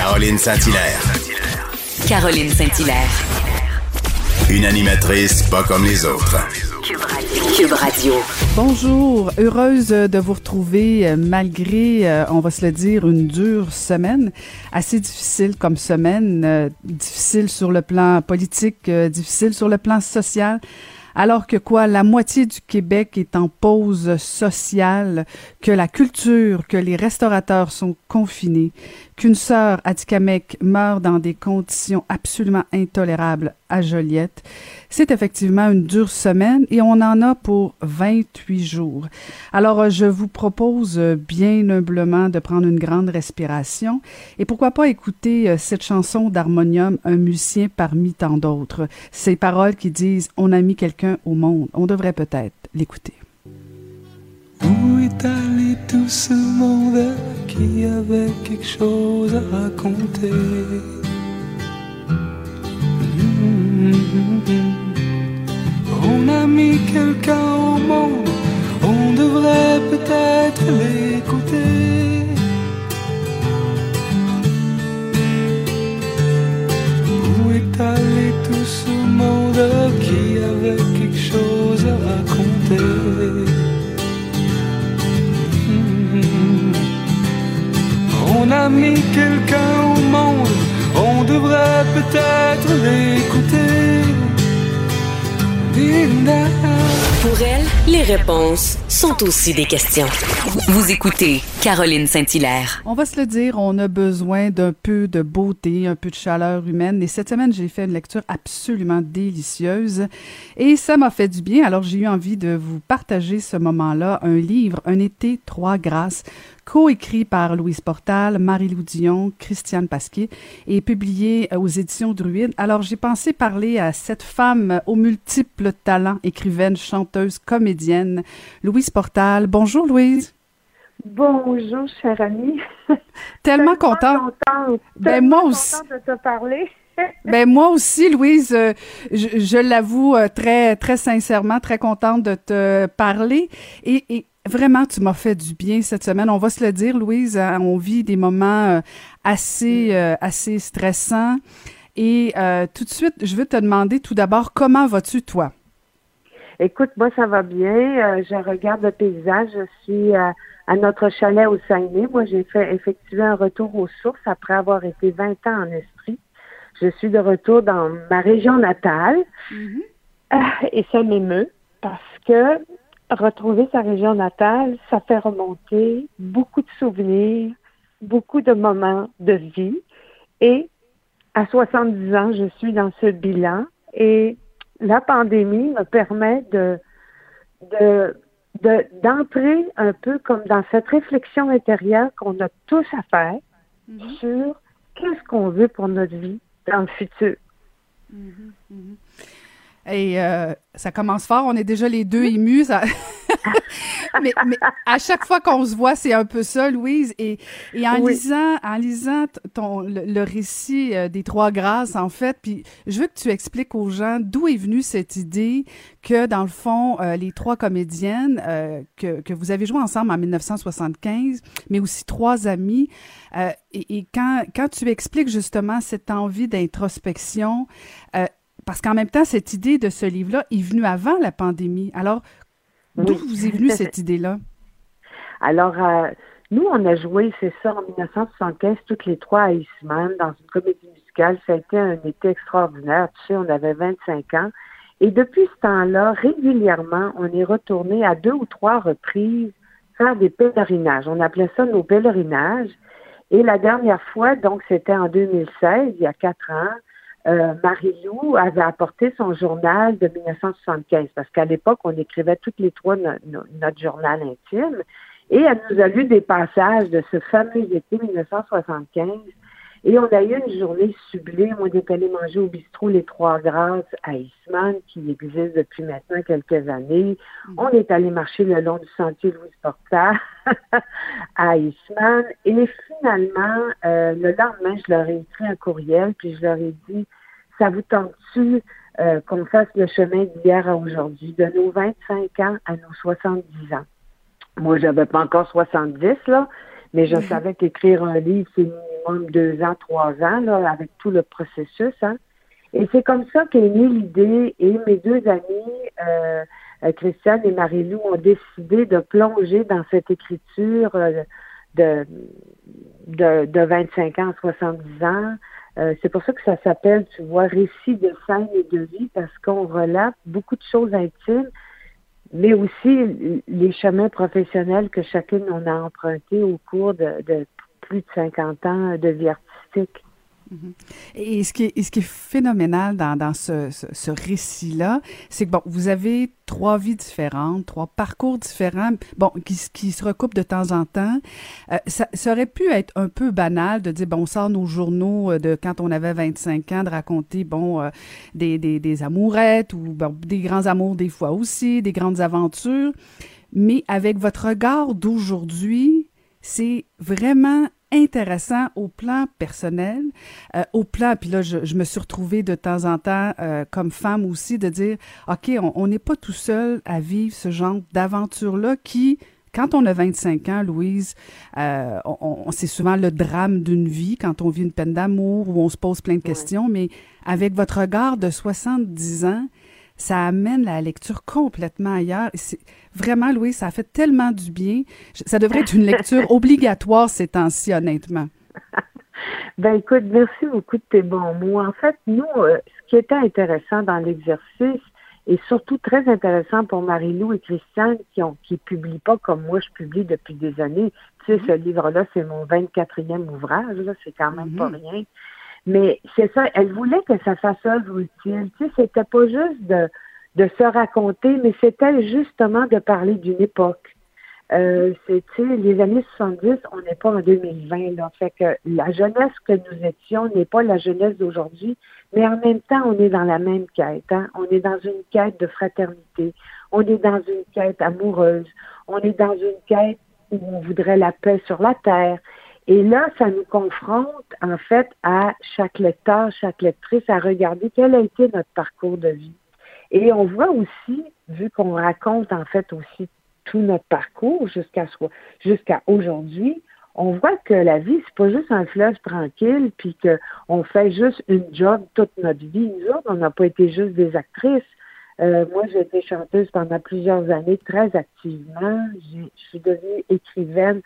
Caroline Saint-Hilaire. Caroline Saint-Hilaire. Une animatrice pas comme les autres. Cube Radio. Bonjour, heureuse de vous retrouver malgré, on va se le dire, une dure semaine, assez difficile comme semaine, difficile sur le plan politique, difficile sur le plan social. Alors que la moitié du Québec est en pause sociale, que la culture, que les restaurateurs sont confinés, qu'une sœur à Atikamekw meurt dans des conditions absolument intolérables à Joliette. C'est effectivement une dure semaine et on en a pour 28 jours. Alors, je vous propose bien humblement de prendre une grande respiration et pourquoi pas écouter cette chanson d'Harmonium, un musicien parmi tant d'autres. Ces paroles qui disent « On a mis quelqu'un au monde ». On devrait peut-être l'écouter. Où est allé tout ce monde qui avait quelque chose à raconter? On a mis quelqu'un au monde, on devrait peut-être l'écouter. Où est allé tout ce monde qui avait quelque chose à raconter? On a mis quelqu'un au monde, on devrait peut-être l'écouter. Pour elle, les réponses sont aussi des questions. Vous écoutez Caroline Saint-Hilaire. On va se le dire, on a besoin d'un peu de beauté, un peu de chaleur humaine. Et cette semaine, j'ai fait une lecture absolument délicieuse et ça m'a fait du bien. Alors, j'ai eu envie de vous partager ce moment-là, un livre, Un été, trois grâces, coécrit par Louise Portal, Marie-Lou Dion, Christiane Pasquier et publié aux éditions Druide. Alors, j'ai pensé parler à cette femme aux multiples talents, écrivaine, chanteuse, comédienne, Louise Portal. Bonjour, Louise. Bonjour, chère amie. Tellement contente. Ben, moi aussi. Contente de te parler. Ben, moi aussi, Louise, je l'avoue très, très sincèrement, très contente de te parler. Et vraiment, tu m'as fait du bien cette semaine. On va se le dire, Louise, on vit des moments assez stressants. Et tout de suite, je veux te demander tout d'abord, comment vas-tu, toi? Écoute, moi, ça va bien. Je regarde le paysage. Je suis à notre chalet au Saguenay. Moi, j'ai fait effectivement un retour aux sources après avoir été 20 ans en Estrie. Je suis de retour dans ma région natale. Et ça m'émeut parce que retrouver sa région natale, ça fait remonter beaucoup de souvenirs, beaucoup de moments de vie. Et à 70 ans, je suis dans ce bilan et la pandémie me permet d'entrer un peu comme dans cette réflexion intérieure qu'on a tous à faire sur qu'est-ce qu'on veut pour notre vie dans le futur. Et ça commence fort, on est déjà les deux émus. Ça... mais à chaque fois qu'on se voit, c'est un peu ça, Louise. Et en lisant le récit des Trois Grâces, en fait, puis je veux que tu expliques aux gens d'où est venue cette idée que, dans le fond, les trois comédiennes que vous avez joué ensemble en 1975, mais aussi trois amies, et quand tu expliques justement cette envie d'introspection, parce qu'en même temps, cette idée de ce livre-là est venue avant la pandémie. Alors, d'où vous est venue cette idée-là? Alors, nous, on a joué, c'est ça, en 1975, toutes les trois à Eastman, dans une comédie musicale. Ça a été un été extraordinaire. Tu sais, on avait 25 ans. Et depuis ce temps-là, régulièrement, on est retourné à 2 ou 3 reprises faire des pèlerinages. On appelait ça nos pèlerinages. Et la dernière fois, donc, c'était en 2016, il y a 4 ans, Marie-Lou avait apporté son journal de 1975, parce qu'à l'époque, on écrivait toutes les trois notre journal intime, et elle nous a lu des passages de ce fameux été 1975, et on a eu une journée sublime. On est allé manger au bistrot Les Trois Grâces à Eastman, qui existe depuis maintenant quelques années. On est allé marcher le long du sentier Louise Portal à Eastman, et finalement, le lendemain, je leur ai écrit un courriel, puis je leur ai dit, ça vous tente-tu qu'on fasse le chemin d'hier à aujourd'hui, de nos 25 ans à nos 70 ans? Moi, j'avais pas encore 70, là, mais je savais qu'écrire un livre, c'est minimum minimum 2 ans, 3 ans, là, avec tout le processus, hein. Et c'est comme ça qu'est née l'idée, et mes deux amies, Christiane et Marie-Lou, ont décidé de plonger dans cette écriture de 25 ans à 70 ans. C'est pour ça que ça s'appelle, tu vois, récit de scène et de vie, parce qu'on relate beaucoup de choses intimes, mais aussi les chemins professionnels que chacune on a empruntés au cours de plus de 50 ans de vie artistique. Et ce qui est phénoménal dans ce récit-là, c'est que, bon, vous avez 3 vies différentes, 3 parcours différents, bon, qui se recoupent de temps en temps. Ça aurait pu être un peu banal de dire, bon, on sort nos journaux de quand on avait 25 ans, de raconter, bon, des amourettes ou bon, des grands amours des fois aussi, des grandes aventures. Mais avec votre regard d'aujourd'hui, c'est vraiment intéressant au plan personnel, au plan, puis là, je me suis retrouvée de temps en temps comme femme aussi, de dire, OK, on n'est pas tout seul à vivre ce genre d'aventure-là qui, quand on a 25 ans, Louise, c'est souvent le drame d'une vie, quand on vit une peine d'amour, où on se pose plein de questions, mais avec votre regard de 70 ans, ça amène la lecture complètement ailleurs. Vraiment, Louise, ça a fait tellement du bien. Ça devrait être une lecture obligatoire ces temps-ci, honnêtement. Ben écoute, merci beaucoup de tes bons mots. En fait, nous, ce qui était intéressant dans l'exercice, et surtout très intéressant pour Marie-Lou et Christiane, qui publient pas comme moi, je publie depuis des années. Tu sais, ce livre-là, c'est mon 24e ouvrage, là, c'est quand même pas rien. Mais c'est ça, elle voulait que ça fasse œuvre utile. Tu sais, c'était pas juste de se raconter, mais c'était justement de parler d'une époque. Tu sais, les années 70, on n'est pas en 2020, là. Fait que la jeunesse que nous étions n'est pas la jeunesse d'aujourd'hui, mais en même temps, on est dans la même quête, hein. On est dans une quête de fraternité. On est dans une quête amoureuse. On est dans une quête où on voudrait la paix sur la terre. Et là, ça nous confronte, en fait, à chaque lecteur, chaque lectrice, à regarder quel a été notre parcours de vie. Et on voit aussi, vu qu'on raconte, en fait, aussi tout notre parcours jusqu'à aujourd'hui, on voit que la vie, c'est pas juste un fleuve tranquille, puis qu'on fait juste une job toute notre vie. Nous autres, on n'a pas été juste des actrices. Moi, j'ai été chanteuse pendant plusieurs années, très activement. Je suis devenue écrivaine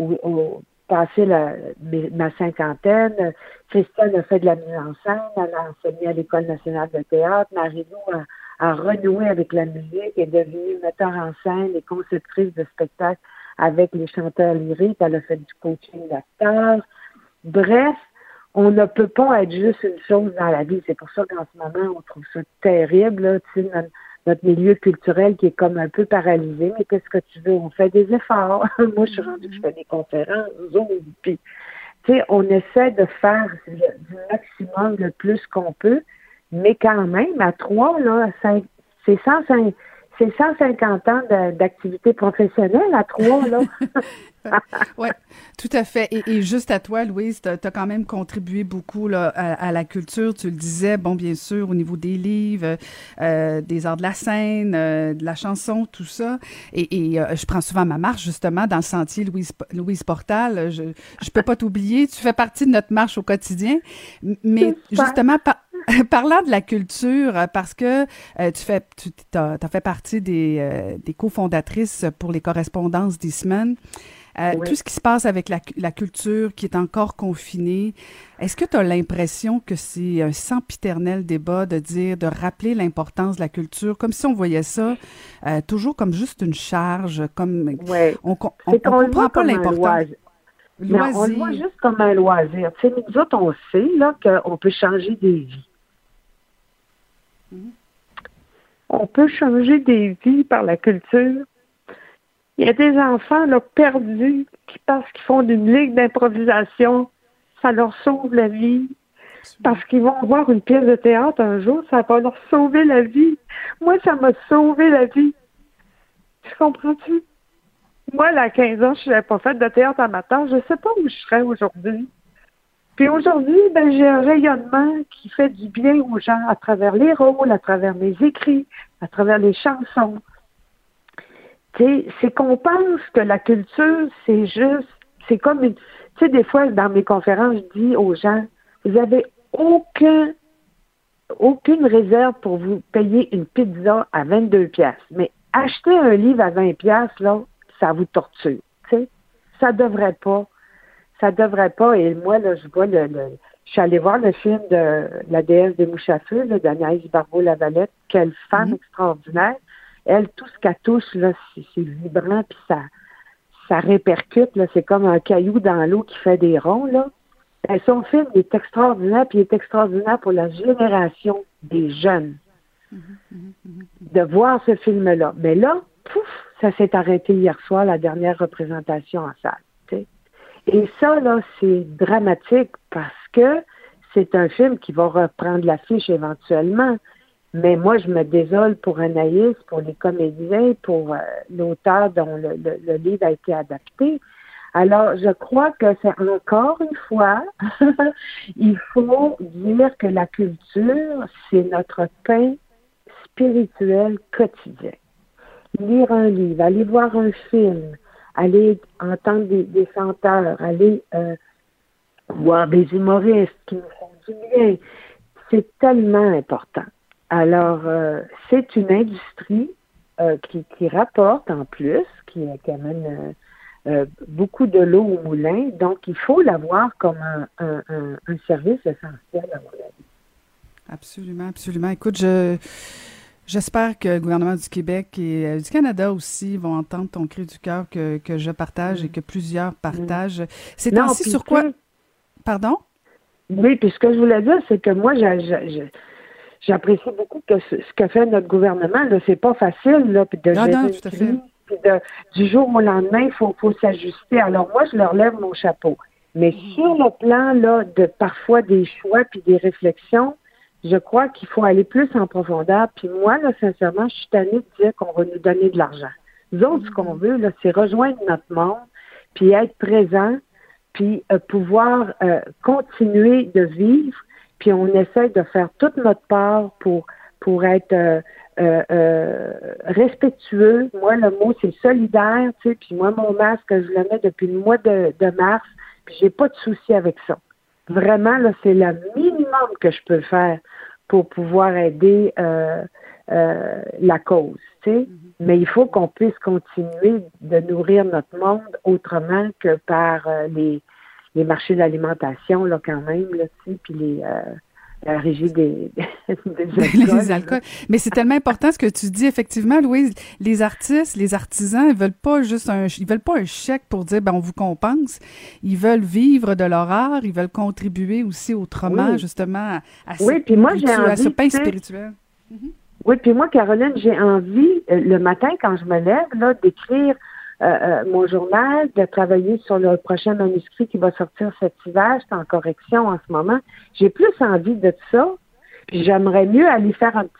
passé ma cinquantaine. Christiane a fait de la mise en scène, elle a enseigné à l'École nationale de théâtre. Marie-Lou a renoué avec la musique, est devenue metteur en scène et conceptrice de spectacles avec les chanteurs lyriques. Elle a fait du coaching d'acteurs. Bref, on ne peut pas être juste une chose dans la vie. C'est pour ça qu'en ce moment, on trouve ça terrible, là, tu sais, notre milieu culturel qui est comme un peu paralysé, mais qu'est-ce que tu veux? On fait des efforts. Moi, je suis rendue que je fais des conférences, Zoom, puis, tu sais, on essaie de faire du maximum le plus qu'on peut, mais quand même, à 3, là, c'est 150 ans d'activité professionnelle à 3, là. Oui, tout à fait. Et juste à toi, Louise, tu as quand même contribué beaucoup là, à la culture. Tu le disais, bon, bien sûr, au niveau des livres, des arts de la scène, de la chanson, tout ça. Et je prends souvent ma marche, justement, dans le sentier Louise Portal. Je peux pas t'oublier. Tu fais partie de notre marche au quotidien. Mais justement, parlant de la culture, parce que tu as fait partie des cofondatrices pour les correspondances d'Eastman. Oui. Tout ce qui se passe avec la culture qui est encore confinée, est-ce que tu as l'impression que c'est un sempiternel débat de rappeler l'importance de la culture, comme si on voyait ça toujours comme juste une charge, comme on comprend pas l'importance. On le voit juste comme un loisir. Tu sais, nous autres, on sait là, qu'on peut changer des vies. On peut changer des vies par la culture. Il y a des enfants là, perdus parce qu'ils font une ligue d'improvisation. Ça leur sauve la vie. Parce qu'ils vont voir une pièce de théâtre un jour, ça va leur sauver la vie. Moi, ça m'a sauvé la vie. Tu comprends-tu? Moi, à 15 ans, je n'avais pas fait de théâtre amateur. Je ne sais pas où je serais aujourd'hui. Puis aujourd'hui, j'ai un rayonnement qui fait du bien aux gens à travers les rôles, à travers mes écrits, à travers les chansons. Tu sais, c'est qu'on pense que la culture, c'est comme Tu sais, des fois, dans mes conférences, je dis aux gens, vous avez aucune réserve pour vous payer une pizza à 22 piastres. Mais acheter un livre à 20 piastres, là, ça vous torture. Tu sais, ça devrait pas. Ça devrait pas. Et moi, là, je suis allée voir le film de La déesse des mouches à feu, là, d'Anaïs Barbeau-Lavalette. Quelle femme extraordinaire. Elle, tout ce qu'elle touche, là, c'est vibrant, puis ça répercute, là. C'est comme un caillou dans l'eau qui fait des ronds, là. Ben, son film est extraordinaire, puis il est extraordinaire pour la génération des jeunes. De voir ce film-là. Mais là, pouf, ça s'est arrêté hier soir, la dernière représentation en salle. T'sais. Et ça, là, c'est dramatique parce que c'est un film qui va reprendre l'affiche éventuellement. Mais moi, je me désole pour Anaïs, pour les comédiens, pour l'auteur dont le livre a été adapté. Alors, je crois que c'est encore une fois, il faut dire que la culture, c'est notre pain spirituel quotidien. Lire un livre, aller voir un film, aller entendre des chanteurs, aller voir des humoristes qui nous font du bien, c'est tellement important. Alors, c'est une industrie qui rapporte en plus, qui amène beaucoup de l'eau au moulin. Donc, il faut la voir comme un service essentiel, à mon avis. Absolument, absolument. Écoute, j'espère que le gouvernement du Québec et du Canada aussi vont entendre ton cri du cœur que je partage et que plusieurs partagent. C'est ainsi sur quoi... Pardon? Oui, puis ce que je voulais dire, c'est que moi, j'apprécie beaucoup que ce que fait notre gouvernement. Là, c'est pas facile, là, puis de gérer tout à fait. Puis du jour au lendemain, il faut s'ajuster. Alors moi, je leur lève mon chapeau. Mais sur le plan là de parfois des choix puis des réflexions, je crois qu'il faut aller plus en profondeur. Puis moi, là, sincèrement, je suis tannée de dire qu'on va nous donner de l'argent. Nous autres, ce qu'on veut, là, c'est rejoindre notre monde, puis être présent, puis pouvoir continuer de vivre. Puis on essaie de faire toute notre part pour être respectueux. Moi, le mot, c'est solidaire, tu sais, puis moi, mon masque, je le mets depuis le mois de mars, puis j'ai pas de souci avec ça. Vraiment, là, c'est le minimum que je peux faire pour pouvoir aider la cause, tu sais. Mais il faut qu'on puisse continuer de nourrir notre monde autrement que par les marchés d'alimentation, là, quand même, là, tu sais, puis la régie des alcools. Les alcools. Mais c'est tellement important ce que tu dis, effectivement, Louise. Les artistes, les artisans, ils veulent pas un chèque pour dire, on vous compense. Ils veulent vivre de leur art, ils veulent contribuer aussi autrement, justement, à ce pain spirituel. Oui, puis moi, Caroline, j'ai envie, le matin, quand je me lève, là, d'écrire mon journal, de travailler sur le prochain manuscrit qui va sortir cet hiver. C'est en correction en ce moment. J'ai plus envie de ça. Puis j'aimerais mieux aller faire un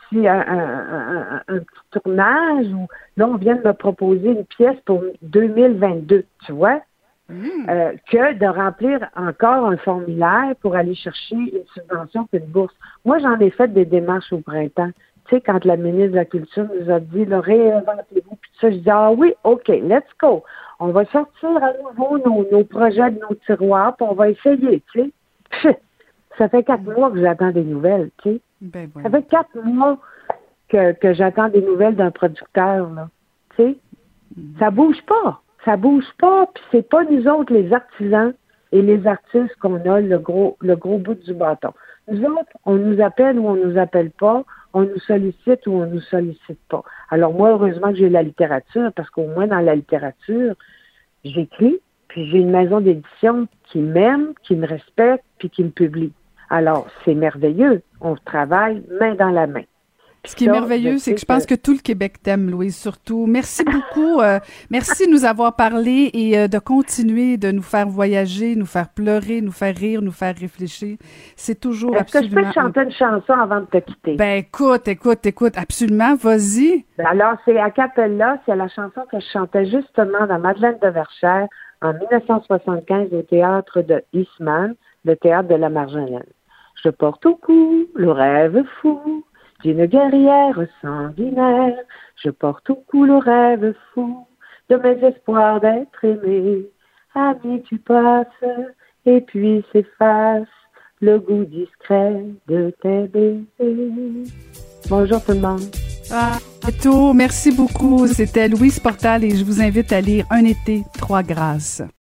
petit tournage où là, on vient de me proposer une pièce pour 2022, tu vois, que de remplir encore un formulaire pour aller chercher une subvention puis une bourse. Moi, j'en ai fait des démarches au printemps. Tu sais, quand la ministre de la Culture nous a dit, là, réinventez-vous, puis ça, je dis, oui, OK, let's go. On va sortir à nouveau nos projets de nos tiroirs, puis on va essayer, tu sais. Ça fait 4 mois que j'attends des nouvelles, tu sais. Ben, ouais. Ça fait 4 mois que j'attends des nouvelles d'un producteur, là, tu sais. Ça bouge pas, puis c'est pas nous autres, les artisans et les artistes, qu'on a le gros bout du bâton. Nous autres, on nous appelle ou on nous appelle pas, on nous sollicite ou on nous sollicite pas. Alors moi, heureusement que j'ai la littérature, parce qu'au moins dans la littérature, j'écris, puis j'ai une maison d'édition qui m'aime, qui me respecte, puis qui me publie. Alors, c'est merveilleux. On travaille main dans la main. Ce qui est merveilleux, c'est que je pense que tout le Québec t'aime, Louise, surtout. Merci beaucoup. Merci de nous avoir parlé et de continuer de nous faire voyager, nous faire pleurer, nous faire rire, nous faire réfléchir. C'est toujours absolument... Est-ce que je peux te chanter une chanson avant de te quitter? Ben, écoute, absolument, vas-y. Alors, c'est a cappella, c'est la chanson que je chantais justement dans Madeleine de Verchères en 1975 au théâtre de Eastman, le théâtre de la Marjolaine. Je porte au cou le rêve fou d'une guerrière sanguinaire, je porte au cou le rêve fou de mes espoirs d'être aimée. ami, tu passes, et puis s'efface le goût discret de tes baisers. Bonjour tout le monde. À bientôt. Merci beaucoup. C'était Louise Portal et je vous invite à lire Un été, 3 grâces.